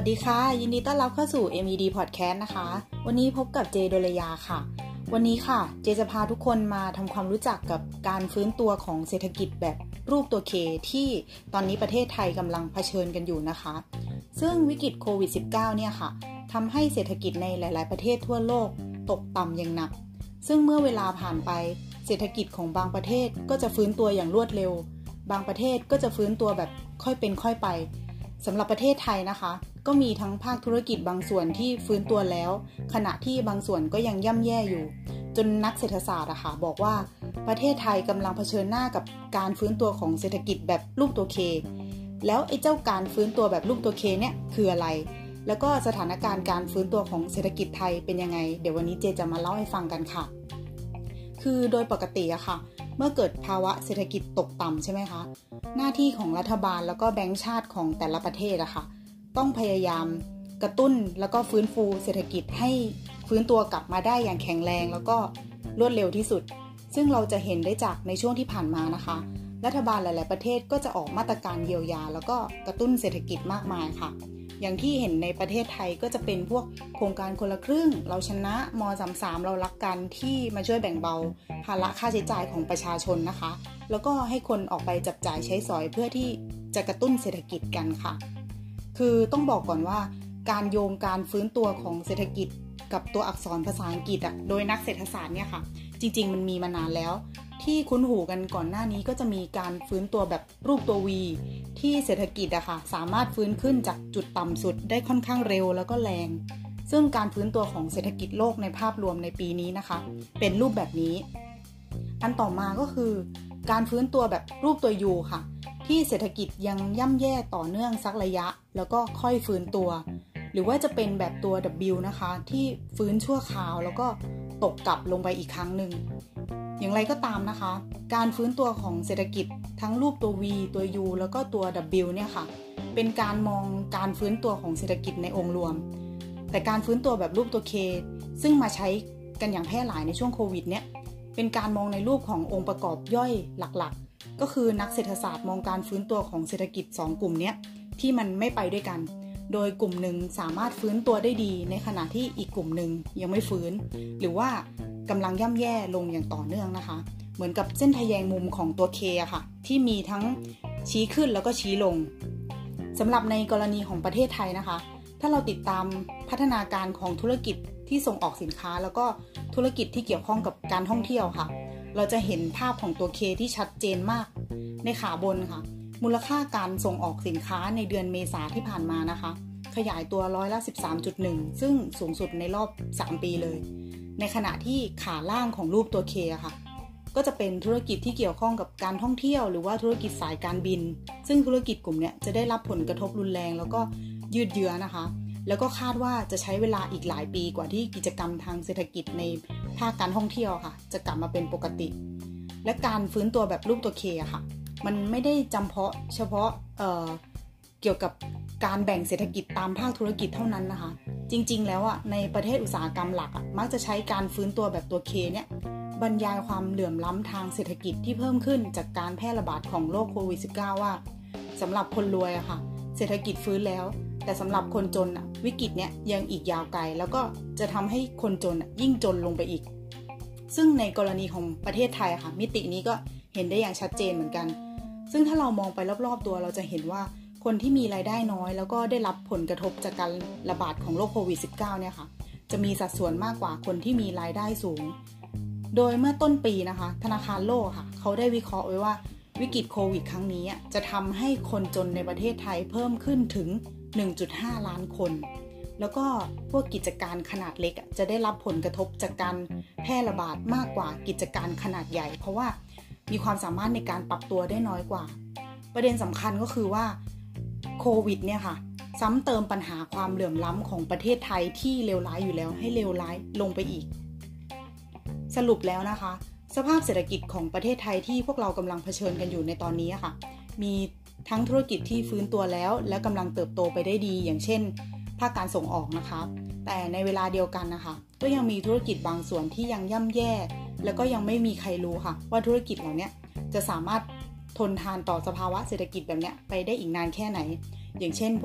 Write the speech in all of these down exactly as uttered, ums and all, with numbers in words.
วัสดีค่ะยินดีต้อนรับเข้าสู่ เอ็ม อี ดี Podcast นะคะวันนี้พบกับเจโดลยาค่ะวันนี้ค่ะเจจะพาทุกคนมาทำความรู้จักกับการฟื้นตัวของเศรษฐกิจแบบรูปตัว K ที่ตอนนี้ประเทศไทยกำลังเผชิญกันอยู่นะคะซึ่งวิกฤตโควิด สิบเก้า เนี่ยค่ะทำให้เศรษฐกิจในหลายๆประเทศทั่วโลกตกต่ำอย่างหนักซึ่งเมื่อเวลาผ่านไปเศรษฐกิจของบางประเทศก็จะฟื้นตัวอย่างรวดเร็วบางประเทศก็จะฟื้นตัวแบบค่อยเป็นค่อยไปสำหรับประเทศไทยนะคะก็มีทั้งภาคธุรกิจบางส่วนที่ฟื้นตัวแล้วขณะที่บางส่วนก็ยังย่ำแย่อยู่จนนักเศรษฐศาสตร์อะค่ะบอกว่าประเทศไทยกำลังเผชิญหน้ากับการฟื้นตัวของเศรษฐกิจแบบรูปตัว K แล้วไอ้เจ้าการฟื้นตัวแบบรูปตัว K เนี่ยคืออะไรแล้วก็สถานการณ์การฟื้นตัวของเศรษฐกิจไทยเป็นยังไงเดี๋ยววันนี้เจจะมาเล่าให้ฟังกันค่ะคือโดยปกติอะค่ะเมื่อเกิดภาวะเศรษฐกิจตกต่ำใช่ไหมคะหน้าที่ของรัฐบาลแล้วก็แบงก์ชาติของแต่ละประเทศอะค่ะต้องพยายามกระตุ้นแล้วก็ฟื้นฟูเศรษฐกิจให้ฟื้นตัวกลับมาได้อย่างแข็งแรงแล้วก็รวดเร็วที่สุดซึ่งเราจะเห็นได้จากในช่วงที่ผ่านมานะคะรัฐบาลหลายๆประเทศก็จะออกมาตรการเยียวยาแล้วก็กระตุ้นเศรษฐกิจมากมายค่ะอย่างที่เห็นในประเทศไทยก็จะเป็นพวกโครงการคนละครึ่งเราชนะม สามสิบสามเรารักกันที่มาช่วยแบ่งเบาภาระค่าใช้จ่ายของประชาชนนะคะแล้วก็ให้คนออกไปจับจ่ายใช้สอยเพื่อที่จะกระตุ้นเศรษฐกิจกันค่ะคือต้องบอกก่อนว่าการโยงการฟื้นตัวของเศรษฐกิจกับตัวอักษรภาษาอังกฤษอ่ะโดยนักเศรษฐศาสตร์เนี่ยค่ะจริงๆมันมีมานานแล้วที่คุ้นหูกันก่อนหน้านี้ก็จะมีการฟื้นตัวแบบรูปตัว V ที่เศรษฐกิจอะค่ะสามารถฟื้นขึ้นจากจุดต่ำสุดได้ค่อนข้างเร็วแล้วก็แรงซึ่งการฟื้นตัวของเศรษฐกิจโลกในภาพรวมในปีนี้นะคะเป็นรูปแบบนี้อันต่อมาก็คือการฟื้นตัวแบบรูปตัว U ค่ะที่เศรษฐกิจยังย่ำแย่ต่อเนื่องสักระยะแล้วก็ค่อยฟื้นตัวหรือว่าจะเป็นแบบตัว W นะคะที่ฟื้นชั่วคราวแล้วก็ตกกลับลงไปอีกครั้งหนึ่งอย่างไรก็ตามนะคะการฟื้นตัวของเศรษฐกิจทั้งรูปตัว V ตัว U แล้วก็ตัว W เนี่ยค่ะเป็นการมองการฟื้นตัวของเศรษฐกิจในองค์รวมแต่การฟื้นตัวแบบรูปตัว K ซึ่งมาใช้กันอย่างแพร่หลายในช่วงโควิดเนี่ยเป็นการมองในรูปขององค์ประกอบย่อยหลักๆก็คือนักเศรษฐศาสตร์มองการฟื้นตัวของเศรษฐกิจสองกลุ่มเนี้ยที่มันไม่ไปด้วยกันโดยกลุ่มหนึ่งสามารถฟื้นตัวได้ดีในขณะที่อีกกลุ่มหนึ่งยังไม่ฟื้นหรือว่ากำลังย่ำแย่ลงอย่างต่อเนื่องนะคะเหมือนกับเส้นทะแยงมุมของตัว K อะค่ะที่มีทั้งชี้ขึ้นแล้วก็ชี้ลงสำหรับในกรณีของประเทศไทยนะคะถ้าเราติดตามพัฒนาการของธุรกิจที่ส่งออกสินค้าแล้วก็ธุรกิจที่เกี่ยวข้องกับการท่องเที่ยวค่ะเราจะเห็นภาพของตัว K ที่ชัดเจนมากในขาบนค่ะมูลค่าการส่งออกสินค้าในเดือนเมษาที่ผ่านมานะคะขยายตัวร้อยละ สิบสามจุดหนึ่ง ซึ่งสูงสุดในรอบสามปีเลยในขณะที่ขาล่างของรูปตัว K อะค่ะก็จะเป็นธุรกิจที่เกี่ยวข้องกับการท่องเที่ยวหรือว่าธุรกิจสายการบินซึ่งธุรกิจกลุ่มเนี้ยจะได้รับผลกระทบรุนแรงแล้วก็ยืดเยื้อนะคะแล้วก็คาดว่าจะใช้เวลาอีกหลายปีกว่าที่กิจกรรมทางเศรษฐกิจในภาคการท่องเที่ยวค่ะจะกลับมาเป็นปกติและการฟื้นตัวแบบรูปตัว K อะค่ะมันไม่ได้จำเพาะเฉพาะเอ่อเกี่ยวกับการแบ่งเศรษฐกิจตามภาคธุรกิจเท่านั้นนะคะจริงๆแล้วอ่ะในประเทศอุตสาหกรรมหลักอ่ะมักจะใช้การฟื้นตัวแบบตัว K เนี่ยบรรยายความเหลื่อมล้ำทางเศรษฐกิจที่เพิ่มขึ้นจากการแพร่ระบาดของโรคโควิด สิบเก้า ว่าสำหรับคนรวยอะค่ะเศรษฐกิจฟื้นแล้วแต่สำหรับคนจนอะวิกฤตเนี่ยยังอีกยาวไกลแล้วก็จะทำให้คนจนยิ่งจนลงไปอีกซึ่งในกรณีของประเทศไทยค่ะมิตินี้ก็เห็นได้อย่างชัดเจนเหมือนกันซึ่งถ้าเรามองไปรอบๆตัวเราจะเห็นว่าคนที่มีรายได้น้อยแล้วก็ได้รับผลกระทบจากการระบาดของโรคโควิด สิบเก้า เนี่ยค่ะจะมีสัดส่วนมากกว่าคนที่มีรายได้สูงโดยเมื่อต้นปีนะคะธนาคารโลกค่ะเขาได้วิเคราะห์ไว้ว่าวิกฤตโควิดครั้งนี้จะทำให้คนจนในประเทศไทยเพิ่มขึ้นถึง หนึ่งจุดห้า ล้านคนแล้วก็พวกกิจการขนาดเล็กจะได้รับผลกระทบจากการแพร่ระบาดมากกว่ากิจการขนาดใหญ่เพราะว่ามีความสามารถในการปรับตัวได้น้อยกว่าประเด็นสำคัญก็คือว่าโควิดเนี่ยค่ะซ้ำเติมปัญหาความเหลื่อมล้ำของประเทศไทยที่เลวร้ายอยู่แล้วให้เลวร้ายลงไปอีกสรุปแล้วนะคะสภาพเศรษฐกิจของประเทศไทยที่พวกเรากำลังเผชิญกันอยู่ในตอนนี้ค่ะมีทั้งธุรกิจที่ฟื้นตัวแล้วและกำลังเติบโตไปได้ดีอย่างเช่นภาคการส่งออกนะคะแต่ในเวลาเดียวกันนะคะก็ยังมีธุรกิจบางส่วนที่ยังย่ำแย่แล้วก็ยังไม่มีใครรู้ค่ะว่าธุรกิจเหล่านี้จะสามารถทนทานต่อสภาวะเศรษฐกิจแบบนี้ไปได้อีกนานแค่ไหนอย่างเช่นพวก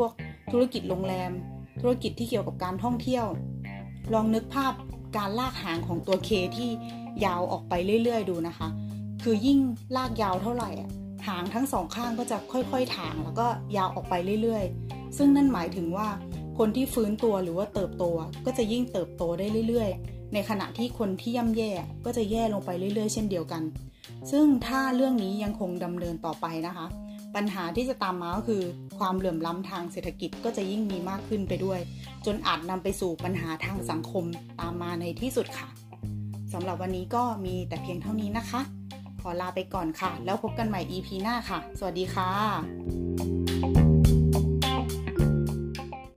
ธุรกิจโรงแรมธุรกิจที่เกี่ยวกับการท่องเที่ยวลองนึกภาพการลากหางของตัว K ที่ยาวออกไปเรื่อยๆดูนะคะคือยิ่งลากยาวเท่าไหร่หางทั้งสองข้างก็จะค่อยๆถางแล้วก็ยาวออกไปเรื่อยๆซึ่งนั่นหมายถึงว่าคนที่ฟื้นตัวหรือว่าเติบโตก็จะยิ่งเติบโตได้เรื่อยๆในขณะที่คนที่ย่ำแย่ก็จะแย่ลงไปเรื่อยๆเช่นเดียวกันซึ่งถ้าเรื่องนี้ยังคงดำเนินต่อไปนะคะปัญหาที่จะตามมาก็คือความเหลื่อมล้ำทางเศรษฐกิจก็จะยิ่งมีมากขึ้นไปด้วยจนอาจนำไปสู่ปัญหาทางสังคมตามมาในที่สุดค่ะสำหรับวันนี้ก็มีแต่เพียงเท่านี้นะคะขอลาไปก่อนค่ะแล้วพบกันใหม่ อี พี หน้าค่ะสวัสดีค่ะ